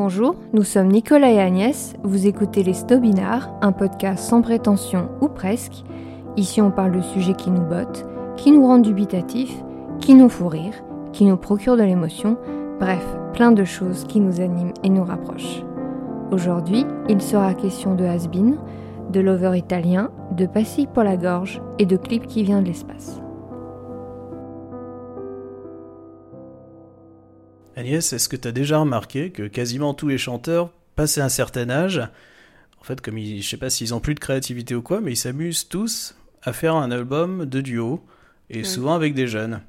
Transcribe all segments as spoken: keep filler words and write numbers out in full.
Bonjour, nous sommes Nicolas et Agnès, vous écoutez Les Snobinards, un podcast sans prétention ou presque. Ici on parle de sujets qui nous bottent, qui nous rendent dubitatifs, qui nous font rire, qui nous procurent de l'émotion, bref, plein de choses qui nous animent et nous rapprochent. Aujourd'hui, il sera question de has-been, de lover italien, de pastille pour la gorge et de clip qui vient de l'espace. Agnès, est-ce que tu as déjà remarqué que quasiment tous les chanteurs, passé un certain âge, en fait, comme ils, je sais pas s'ils ont plus de créativité ou quoi, mais ils s'amusent tous à faire un album de duo, et oui. souvent avec des jeunes.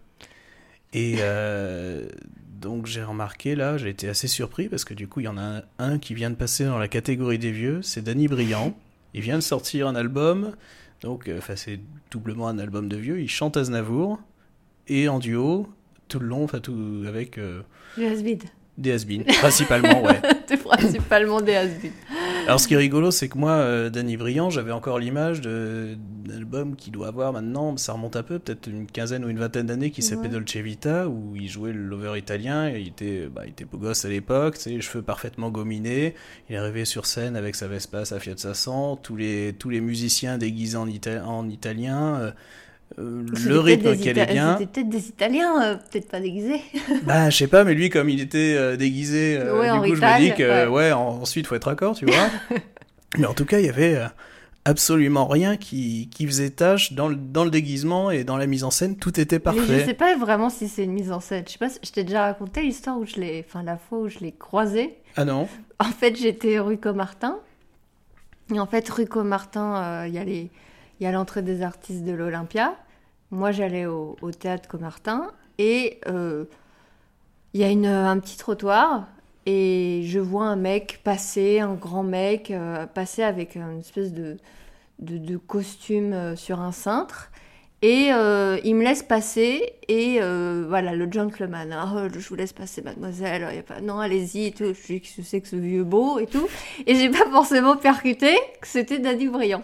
Et euh, donc j'ai remarqué là, j'ai été assez surpris, parce que du coup, il y en a un qui vient de passer dans la catégorie des vieux, c'est Danny Briand. Il vient de sortir un album, donc enfin, c'est doublement un album de vieux, il chante Aznavour, et en duo, tout le long, enfin tout avec... Euh, Des has-been. Des has-been, principalement, ouais. C'est principalement des has-been. Alors ce qui est rigolo, c'est que moi, euh, Danny Briand, j'avais encore l'image de, d'un album qu'il doit avoir maintenant, ça remonte un peu, peut-être une quinzaine ou une vingtaine d'années, qui s'appelait ouais. Dolce Vita, où il jouait le lover italien, et il était, bah, il était beau gosse à l'époque, tu sais, les cheveux parfaitement gominés, il est arrivé sur scène avec sa Vespa, sa Fiat cinq cents, tous les, tous les musiciens déguisés en, ita- en italien... Euh, Euh, le rythme qui allait bien. C'était peut-être des Italiens, euh, peut-être pas déguisés. Bah, je sais pas, mais lui, comme il était euh, déguisé, euh, ouais, du coup, Rital, je me dis que, ouais, ouais en, ensuite, faut être raccord, tu vois. Mais en tout cas, il y avait euh, absolument rien qui, qui faisait tâche dans le, dans le déguisement et dans la mise en scène, tout était parfait. Mais je sais pas vraiment si c'est une mise en scène. Je sais pas, je t'ai déjà raconté l'histoire où je l'ai, enfin, la fois où je l'ai croisé. Ah non? En fait, j'étais rue Comartin. Et en fait, rue Comartin, il euh, y a les, il y a l'entrée des artistes de l'Olympia. Moi, j'allais au, au théâtre Comartin et il euh, y a une, un petit trottoir et je vois un mec passer, un grand mec, euh, passer avec une espèce de, de, de costume euh, sur un cintre et euh, il me laisse passer et euh, voilà, le gentleman, hein, je vous laisse passer mademoiselle, y a pas... non allez-y et tout, je dis que je sais que ce vieux beau et tout et j'ai pas forcément percuté que c'était Danny Briand.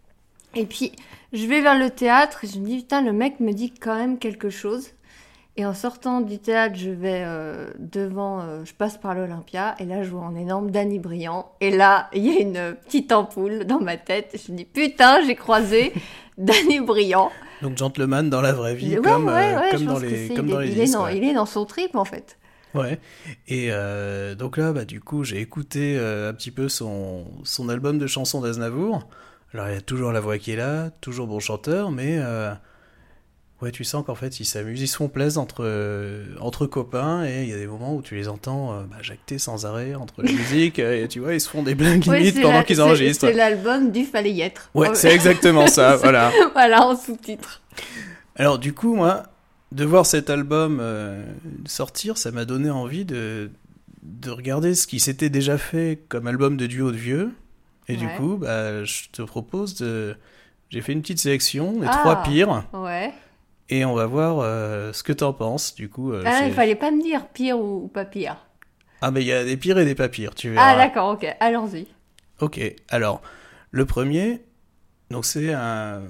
Et puis, je vais vers le théâtre et je me dis, putain, le mec me dit quand même quelque chose. Et en sortant du théâtre, je vais euh, devant, euh, je passe par l'Olympia et là, je vois un énorme Danny Briand. Et là, il y a une petite ampoule dans ma tête. Je me dis, putain, j'ai croisé Danny Briand. Donc, gentleman dans la vraie vie, ouais, comme, ouais, euh, ouais, comme, dans les, comme dans les il disques. Est dans, ouais. Il est dans son trip, en fait. Ouais, et euh, donc là, bah, du coup, j'ai écouté euh, un petit peu son, son album de chansons d'Aznavour. Alors, il y a toujours la voix qui est là, toujours bon chanteur, mais euh, ouais, tu sens qu'en fait, ils s'amusent, ils se font plaisir entre, euh, entre copains, et il y a des moments où tu les entends euh, bah, jacter sans arrêt entre la musique, et tu vois, ils se font des blagues ouais, limites pendant la, qu'ils c'est, enregistrent. C'est l'album du Fallait y être. Ouais, oh, c'est exactement ça, voilà. Voilà, en sous-titre. Alors, du coup, moi, de voir cet album euh, sortir, ça m'a donné envie de, de regarder ce qui s'était déjà fait comme album de duo de vieux. Et ouais. du coup, bah, je te propose de... J'ai fait une petite sélection, les ah, trois pires. Ouais. Et on va voir euh, ce que t'en penses, du coup. Euh, ah, c'est... il fallait pas me dire pire ou, ou pas pire. Ah, mais il y a des pires et des pas pires, tu verras. Ah, d'accord, ok. Allons-y. Ok, alors, le premier, donc c'est un...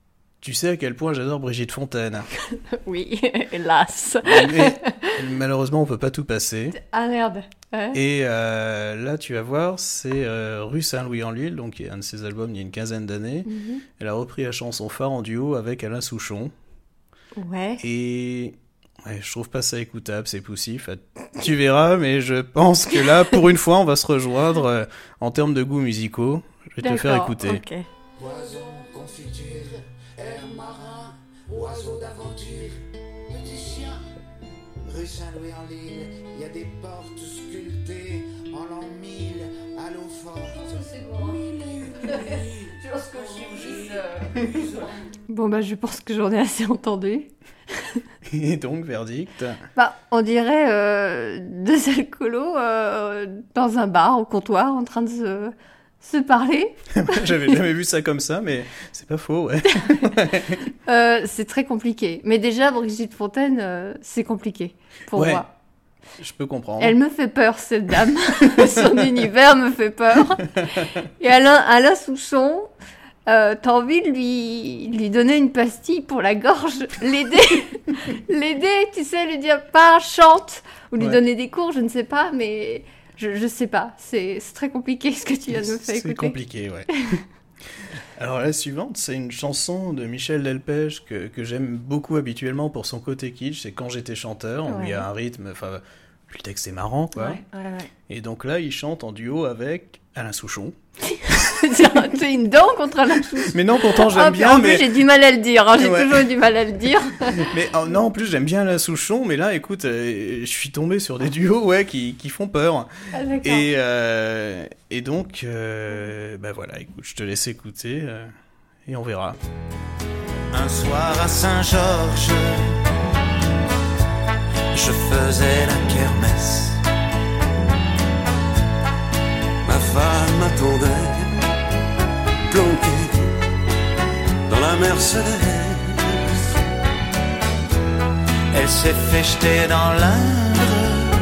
Tu sais à quel point j'adore Brigitte Fontaine. Oui, hélas. Mais malheureusement, on peut pas tout passer. Ah merde. Ouais. Et euh, là, tu vas voir, c'est euh, Rue Saint-Louis-en-l'Île, donc un de ses albums il y a une quinzaine d'années. Mm-hmm. Elle a repris la chanson phare en duo avec Alain Souchon. Ouais. Et ouais, je trouve pas ça écoutable, c'est poussif. Tu verras, mais je pense que là, pour une fois, on va se rejoindre euh, en termes de goûts musicaux. Je vais D'accord, te faire écouter. Ok. Poison, confiture, air marin, oiseau d'aventure, petit chien. Rue Saint-Louis-en-l'Île, il y a des portes sculptées en l'an mille à l'eau forte. C'est bon. Je pense que je suis Bon, bah, je pense que j'en ai assez entendu. Et donc, verdict? Bah, on dirait euh, deux alcoolos euh, dans un bar, au comptoir, en train de se... se parler. J'avais jamais vu ça comme ça, mais c'est pas faux, ouais. euh, c'est très compliqué. Mais déjà, Brigitte Fontaine, euh, c'est compliqué pour ouais, moi. Je peux comprendre. Elle me fait peur, cette dame. Son univers me fait peur. Et Alain, Alain Souchon, euh, t'as envie de lui, lui donner une pastille pour la gorge, l'aider, l'aider, tu sais, lui dire pas chante, ou lui ouais. donner des cours, je ne sais pas, mais... Je, je sais pas, c'est, c'est très compliqué ce que tu viens de me faire écouter. C'est compliqué, ouais. Alors la suivante, c'est une chanson de Michel Delpech que, que j'aime beaucoup habituellement pour son côté kitsch, c'est Quand j'étais chanteur, où Ouais. il y a un rythme, enfin, le texte est marrant, quoi. Ouais, ouais, ouais. Et donc là, il chante en duo avec Alain Souchon. C'est une dent contre Alain Souchon. Mais non, pourtant j'aime Ah, bien, en mais... plus, j'ai du mal à le dire, hein, j'ai Ouais. toujours eu du mal à le dire. mais oh, non, en plus j'aime bien Alain Souchon, mais là, écoute, euh, je suis tombé sur des duos, ouais, qui, qui font peur. Ah, d'accord. Et, euh, et donc, euh, bah voilà, écoute, je te laisse écouter, euh, et on verra. Un soir à Saint-Georges, je faisais la kermesse. Ma femme attendait, planquée dans la Mercedes. Elle s'est fait jeter dans l'Indre.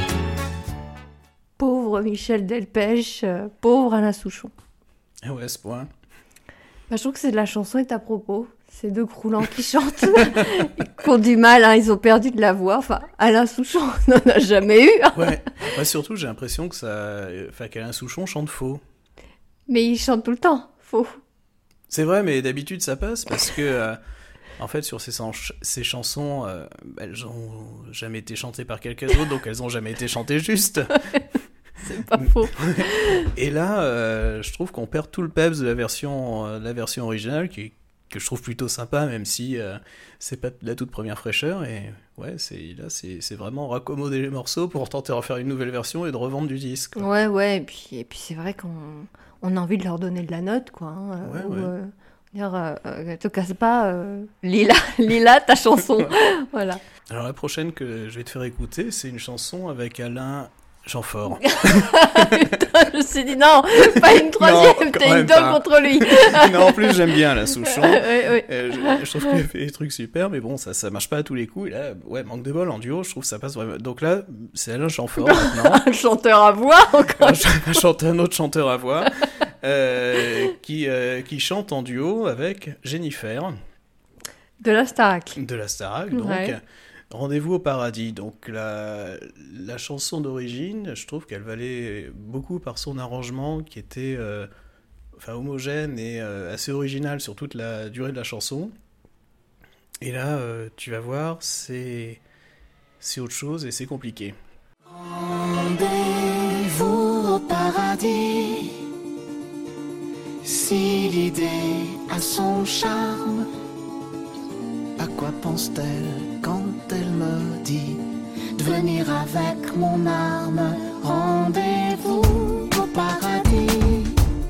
Pauvre Michel Delpech, euh, pauvre Alain Souchon. Ah ouais, à ce point. Bah, je trouve que c'est de la chanson est à propos. Ces deux croulants qui chantent, qui ont du mal, hein, ils ont perdu de la voix. Enfin, Alain Souchon n'en a jamais eu. Ouais, ouais surtout j'ai l'impression que ça... Enfin, qu'Alain Souchon chante faux. Mais il chante tout le temps, faux. C'est vrai, mais d'habitude ça passe parce que, euh, en fait, sur ces, ch- ces chansons, euh, elles ont jamais été chantées par quelqu'un d'autre, donc elles ont jamais été chantées juste. C'est pas faux. Et là, euh, je trouve qu'on perd tout le peps de la version, euh, de la version originale, qui, que je trouve plutôt sympa, même si euh, c'est pas la toute première fraîcheur. Et ouais, c'est, là, c'est, c'est vraiment raccommoder les morceaux pour tenter de refaire une nouvelle version et de revendre du disque. Quoi. Ouais, ouais, et puis, et puis c'est vrai qu'on on a envie de leur donner de la note, quoi. Hein, Ouais, ou, ouais. euh, dire, euh, euh, te casse pas, euh, Lila, Lila, ta chanson. Voilà. Alors la prochaine que je vais te faire écouter, c'est une chanson avec Alain Jeanfort. Putain, je me suis dit non, pas une Non, troisième, quand t'as une même dent pas. contre lui. Non, en plus j'aime bien la Souchon. Ouais, ouais. Euh, je, je trouve qu'il fait des trucs super, mais bon, ça, ça marche pas à tous les coups. Et là, ouais, manque de bol en duo, je trouve que ça passe vraiment. Donc là, c'est Alain Jeanfort maintenant. Un chanteur à voix, encore. un, ch- un chanteur, un autre chanteur à voix, euh, qui, euh, qui chante en duo avec Jennifer De la Starac. de la Starac. Donc, Ouais. Rendez-vous au paradis. Donc la, la chanson d'origine, je trouve qu'elle valait beaucoup par son arrangement qui était euh, enfin, homogène et euh, assez original sur toute la durée de la chanson. Et là, euh, tu vas voir, c'est, c'est autre chose et c'est compliqué. Rendez-vous au paradis. Si l'idée a son charme, à quoi pense-t-elle quand elle me dit de venir avec mon arme? Rendez-vous au paradis.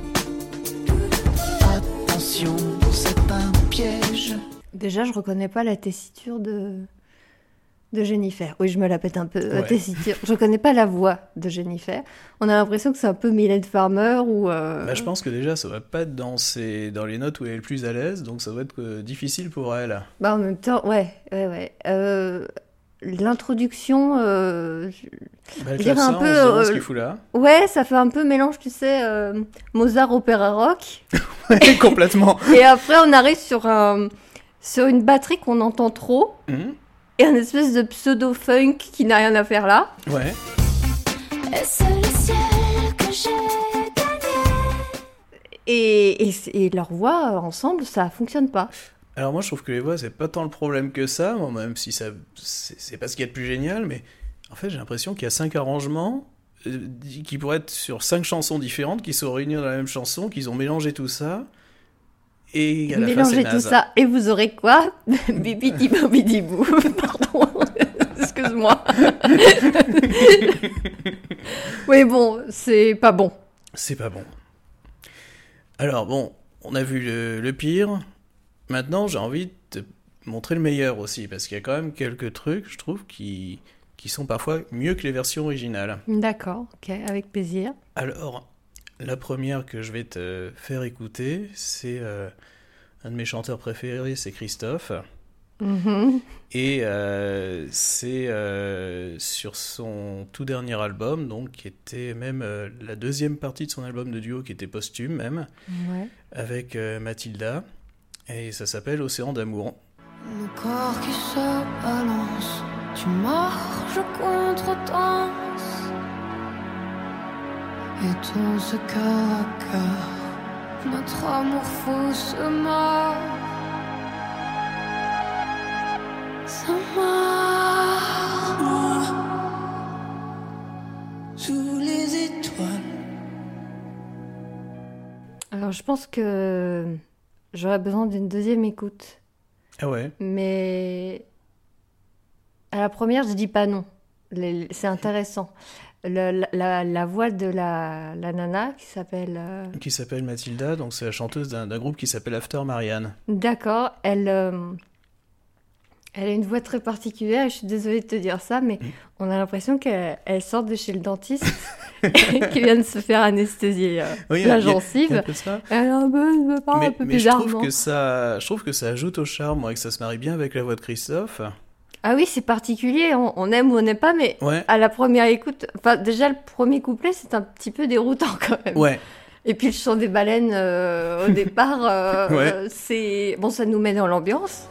Attention, c'est un piège. Déjà, je reconnais pas la tessiture de, de Jennifer. Oui, je me la pète un peu, la Ouais. tessiture. Je reconnais pas la voix de Jennifer. On a l'impression que c'est un peu Mylène Farmer ou... euh, Bah, je pense que déjà, ça va pas être dans, ses, dans les notes où elle est le plus à l'aise, donc ça doit être euh, difficile pour elle. Bah, en même temps, ouais, ouais, ouais. Euh, L'introduction, euh, je- Bah, Je dirais clavecin, un peu, on se demande euh, ce qu'il fout là. ouais, ça fait un peu mélange, tu sais, euh, Mozart, opéra rock. Ouais, complètement. Et après, on arrive sur, un, sur une batterie qu'on entend trop Mhm. et un espèce de pseudo-funk qui n'a rien à faire là. Ouais. Est-ce le ciel que j'ai gagné? Et, et, et leur voix, euh, ensemble, ça fonctionne pas. Alors moi je trouve que les voix c'est pas tant le problème que ça, moi, même si ça c'est, c'est pas ce qu'il y a de plus génial, mais en fait j'ai l'impression qu'il y a cinq arrangements euh, qui pourraient être sur cinq chansons différentes, qui sont réunis dans la même chanson, qu'ils ont mélangé tout ça, et à la fin c'est Mélangez tout naze. ça et vous aurez quoi? Bibidi bobidi bou. Pardon. Excuse-moi. Oui, bon, c'est pas bon. C'est pas bon. Alors bon, on a vu le, le pire, maintenant j'ai envie de te montrer le meilleur aussi, parce qu'il y a quand même quelques trucs, je trouve, qui, qui sont parfois mieux que les versions originales. D'accord, ok, avec plaisir. Alors, la première que je vais te faire écouter, c'est euh, un de mes chanteurs préférés, c'est Christophe. Mhm. Et euh, c'est euh, sur son tout dernier album, donc qui était même euh, la deuxième partie de son album de duo, qui était posthume même, Ouais. avec euh, Mathilda. Et ça s'appelle Océan d'amour. Le corps qui se balance, tu marches contre danse. Mettons ce cœur à cœur, notre amour fou se meurt. Ça meurt. Moi, sous les étoiles. Alors, je pense que j'aurais besoin d'une deuxième écoute. Ah ouais. Mais à la première, je dis pas non. Les- C'est intéressant. Le- la, la- la voix de la, la nana qui s'appelle... euh, Qui s'appelle Mathilda, donc c'est la chanteuse d'un, d'un groupe qui s'appelle After Marianne. D'accord, elle, euh, elle a une voix très particulière. Je suis désolée de te dire ça, mais Mm. on a l'impression qu'elle elle sort de chez le dentiste qui vient de se faire anesthésier euh, Oui, la il y a- il y a gencive. un peu ça. Elle a un peu, parle Mais, un peu mais je trouve bizarrement. que ça, je trouve que ça ajoute au charme, moi, que ça se marie bien avec la voix de Christophe. Ah oui, c'est particulier. On, on aime ou on n'aime pas, mais Ouais, à la première écoute, enfin déjà le premier couplet, c'est un petit peu déroutant quand même. ouais, Et puis le chant des baleines euh, au départ, euh, Ouais. euh, c'est bon, ça nous met dans l'ambiance.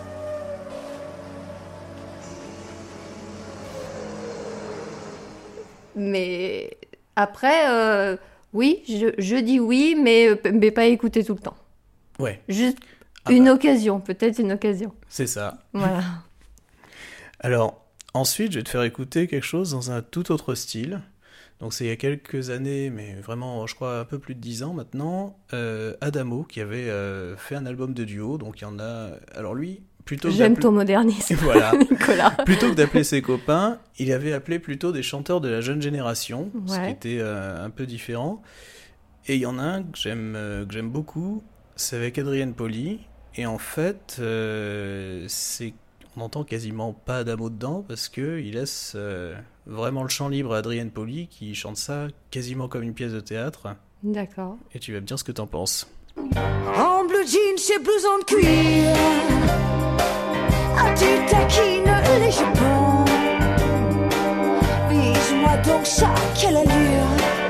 Mais après, euh, oui, je, je dis oui, mais, mais pas écouter tout le temps. ouais, Juste Ah une bah. occasion, peut-être une occasion. c'est ça. Voilà. Alors, ensuite, je vais te faire écouter quelque chose dans un tout autre style. Donc, c'est il y a quelques années, mais vraiment, je crois, un peu plus de dix ans maintenant, euh, Adamo, qui avait euh, fait un album de duo. Donc, il y en a... Alors, lui, plutôt que J'aime d'appeler- ton modernisme, Voilà. Nicolas. Plutôt que d'appeler ses copains, il avait appelé plutôt des chanteurs de la jeune génération, ce qui Ouais. était euh, un peu différent. Et il y en a un que j'aime euh, que j'aime beaucoup, c'est avec Adrienne Poli. Et en fait, euh, c'est on n'entend quasiment pas Adamo dedans parce que il laisse euh, vraiment le champ libre à Adrienne Poli qui chante ça quasiment comme une pièce de théâtre. D'accord. Et tu vas me dire ce que t'en penses. En bleu jean chez blouson de cuir, ah tu taquines les jupons. Vise-moi donc ça, quelle allure.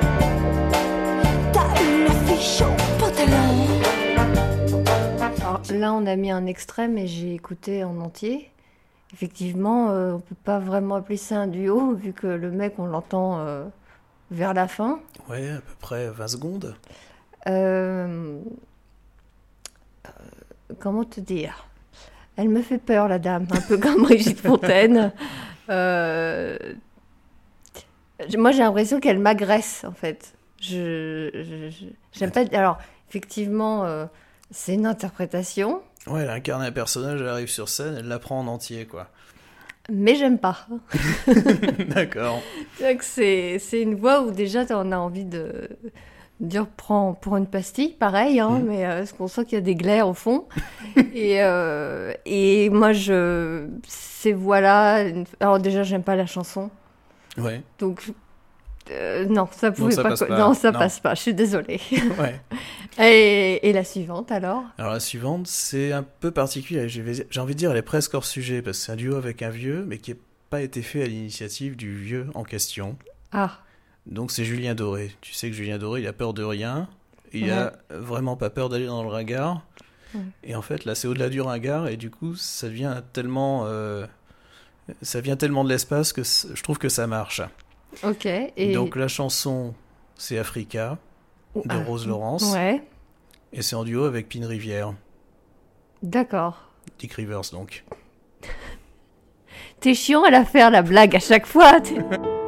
T'as une affiche au pantalon. Alors, là, on a mis un extrait, mais j'ai écouté en entier. Effectivement, euh, on peut pas vraiment appeler ça un duo, vu que le mec, on l'entend euh, vers la fin. Ouais, à peu près vingt secondes. Euh, euh, comment te dire? Elle me fait peur, la dame, un peu comme Brigitte Fontaine. Euh, moi, j'ai l'impression qu'elle m'agresse, en fait. Je, je- je- j'aime pas. Alors, effectivement, euh, c'est une interprétation, Ouais, elle incarne un personnage, elle arrive sur scène, elle l'apprend en entier, quoi. mais j'aime pas. D'accord. C'est-à-dire que c'est, c'est une voix où déjà on a envie de dire prends pour une pastille, pareil, hein, Mhm. mais euh, parce qu'on sent qu'il y a des glaires au fond. et, euh, et moi, je, ces voix-là, une- alors déjà, j'aime pas la chanson, Ouais, donc euh, non, ça pouvait ça pas, passe co- pas. non, ça Non. passe pas. Je suis désolée. ouais. et, et la suivante alors? Alors la suivante, c'est un peu particulier. J'ai j'ai envie de dire, elle est presque hors sujet, parce que c'est un duo avec un vieux, mais qui n'a pas été fait à l'initiative du vieux en question. Ah, Donc c'est Julien Doré. Tu sais que Julien Doré, il a peur de rien. Il a vraiment pas peur d'aller dans le ringard. Ouais. Et en fait, là, c'est au-delà du ringard, et du coup, ça devient tellement... euh, ça vient tellement de l'espace que c- je trouve que ça marche. ok. Et Donc la chanson, c'est Africa, de Ah, Rose Laurence, ouais, et c'est en duo avec Pine Rivière. d'accord. Dick Rivers, donc. T'es chiant à la faire la blague à chaque fois. t'es-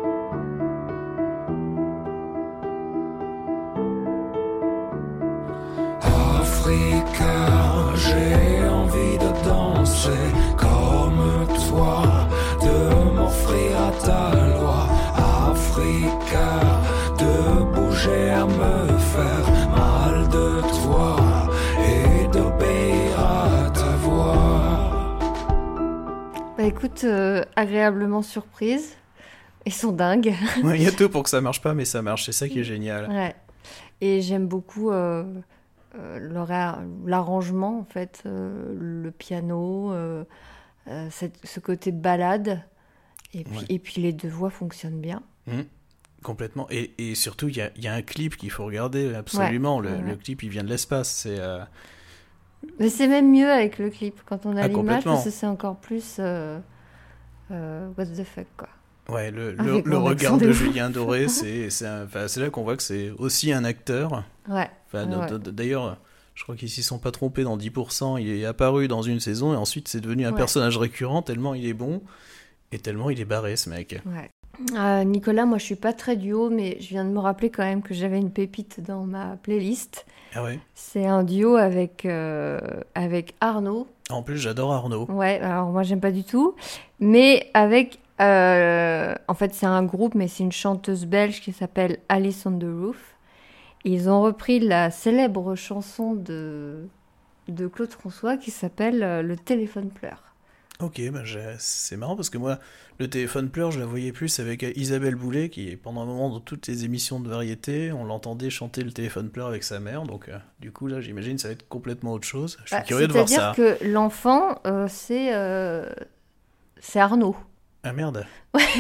Africa, j'ai envie de danser comme toi, de m'offrir à ta loi. Africa, de bouger à me faire mal de toi et d'obéir à ta voix. Bah écoute, euh, agréablement surprise. Ils sont dingues. Ouais, il y a tout pour que ça marche pas, mais ça marche. C'est ça qui est génial. Ouais. Et j'aime beaucoup euh, euh, leur a- l'arrangement, en fait, euh, le piano, euh, euh, cette- ce côté balade. Et puis, Ouais. et puis les deux voix fonctionnent bien. Mhm. Complètement. Et, et surtout, il y a, il y a un clip qu'il faut regarder absolument. Ouais, le, ouais, le ouais. clip, il vient de l'espace. C'est euh, Mais c'est même mieux avec le clip, quand on a Ah, l'image, complètement. parce que c'est encore plus euh, euh, what the fuck, quoi. Ouais, le, le, Avec le mon regard accent de de Julien Doré, c'est, c'est, un- enfin, c'est là qu'on voit que c'est aussi un acteur. Ouais. Enfin, Ouais, d- d- D'ailleurs, je crois qu'ils s'y sont pas trompés dans dix pour cent. Il est apparu dans une saison et ensuite c'est devenu un Ouais. personnage récurrent tellement il est bon et tellement il est barré, ce mec. ouais. Euh, Nicolas, moi je suis pas très duo, mais je viens de me rappeler quand même que j'avais une pépite dans ma playlist. Ah ouais. C'est un duo avec, euh, avec Arnaud. En plus, j'adore Arnaud. Ouais, alors moi j'aime pas du tout. Mais avec. euh, en fait, c'est un groupe, mais c'est une chanteuse belge qui s'appelle Alice on the Roof. Ils ont repris la célèbre chanson de, de Claude François qui s'appelle euh, Le téléphone pleure. Ok, bah j'ai- c'est marrant parce que moi, le téléphone pleure, je la voyais plus avec Isabelle Boulay qui, pendant un moment, dans toutes les émissions de variété, on l'entendait chanter le téléphone pleure avec sa mère. Donc, euh, du coup, là, j'imagine ça va être complètement autre chose. Je suis Bah, curieux de voir c'est-à-dire ça. que l'enfant, euh, c'est, euh, c'est Arnaud. Ah merde.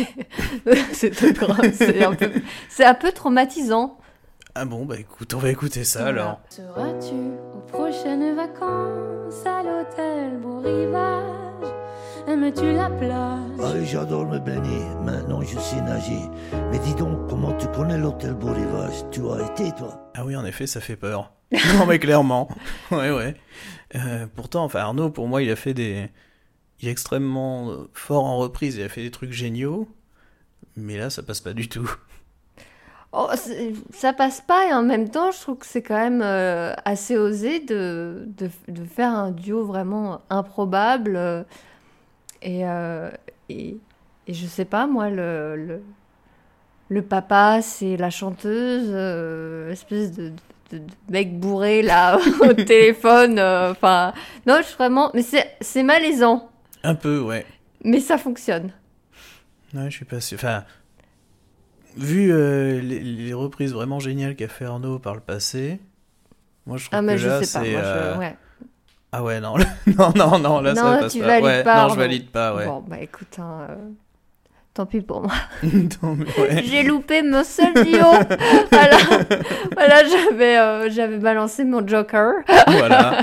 c'est, tout grave, c'est, un peu, c'est un peu traumatisant. Ah bon, bah écoute, on va écouter ça Voilà. alors. Seras-tu aux prochaines vacances à l'hôtel Beau Rivage? Aimes-tu la plage? Ah oui, j'adore me baigner. Maintenant, je sais nager. Mais dis donc, comment tu connais l'hôtel Beau Rivage? Tu as été, toi? Ah oui, en effet, ça fait peur. Non, mais clairement. Ouais, ouais. Euh, pourtant, enfin, Arnaud, pour moi, il a fait des... Il est extrêmement euh, fort en reprise, il a fait des trucs géniaux. Mais là, ça passe pas du tout. Oh, c'est- ça passe pas et en même temps, je trouve que c'est quand même euh, assez osé de, de, de faire un duo vraiment improbable. euh, et, euh, et, et je sais pas, moi, le, le, le papa, c'est la chanteuse, euh, espèce de, de, de mec bourré là au téléphone. euh, Enfin, non, je suis vraiment. Mais c'est c'est malaisant, Un peu, ouais. mais ça fonctionne. Ouais, je suis pas sûr. Enfin, vu euh, les, les reprises vraiment géniales qu'a fait Arnaud par le passé, moi je trouve Ah, mais que je là, sais pas. c'est... Moi, je- euh, ouais. Ah ouais, non, non, non, non, là, ça Non, passe tu pas. valides Ouais, pas, non, Arnaud. je valide pas, ouais. Bon, bah écoute, hein, euh, tant pis pour moi. Non, mais ouais. J'ai loupé mon seul duo. voilà, voilà j'avais, euh, j'avais balancé mon joker. Voilà.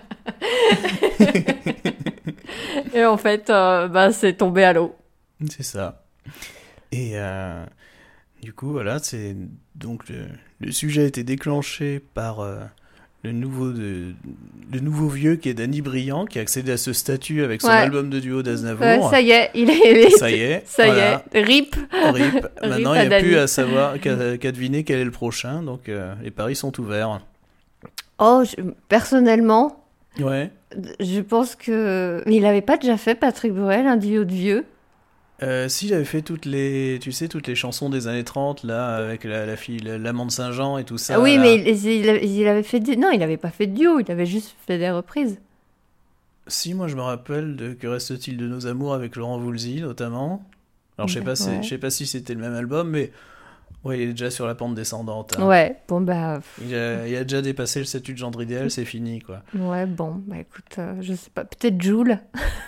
Et en fait, euh, bah, c'est tombé à l'eau. C'est ça. Et euh, du coup, voilà, c'est donc le, le sujet a été déclenché par euh, le nouveau de, le nouveau vieux qui est Danny Briand, qui a accédé à ce statut avec son Ouais. album de duo d'Aznavour. Ouais, ça y est, il est. Ça y est. Ça voilà. y est. Rip. Rip. Maintenant, à il n'y a plus Danny. à savoir qu'à, qu'à deviner quel est le prochain. Donc, euh, les paris sont ouverts. Oh, je- personnellement, Ouais. je pense que. Mais il avait pas déjà fait, Patrick Bruel, un duo de vieux. Euh, si j'avais fait toutes les, tu sais, toutes les chansons des années trente, là, avec la, la fille, l'amant de Saint-Jean et tout ça. Ah oui, là. mais il, il- il avait fait des... Non, il avait pas fait de duo, il avait juste fait des reprises. Si, moi je me rappelle de Que reste-t-il de nos amours avec Laurent Voulzy, notamment. Alors je sais pas, si- Ouais. je sais pas si c'était le même album, mais ouais, il est déjà sur la pente descendante. hein. Ouais, bon bah... pff, Il, a, il a déjà dépassé le statut de gendre idéal, c'est fini, quoi. Ouais, bon, bah écoute, euh, je sais pas, peut-être Joule.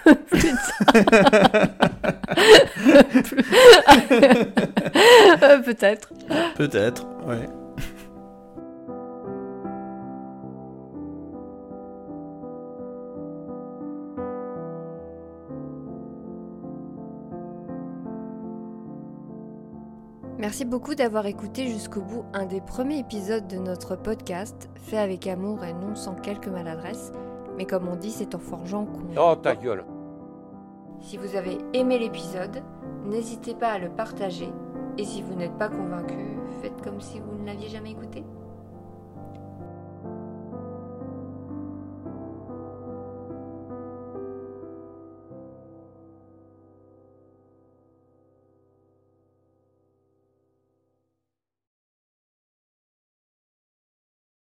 Euh, peut-être. Peut-être, ouais. Merci beaucoup d'avoir écouté jusqu'au bout un des premiers épisodes de notre podcast, fait avec amour et non sans quelques maladresses, mais comme on dit, c'est en forgeant qu'on... Oh ta gueule. Si vous avez aimé l'épisode, n'hésitez pas à le partager, et si vous n'êtes pas convaincu, faites comme si vous ne l'aviez jamais écouté.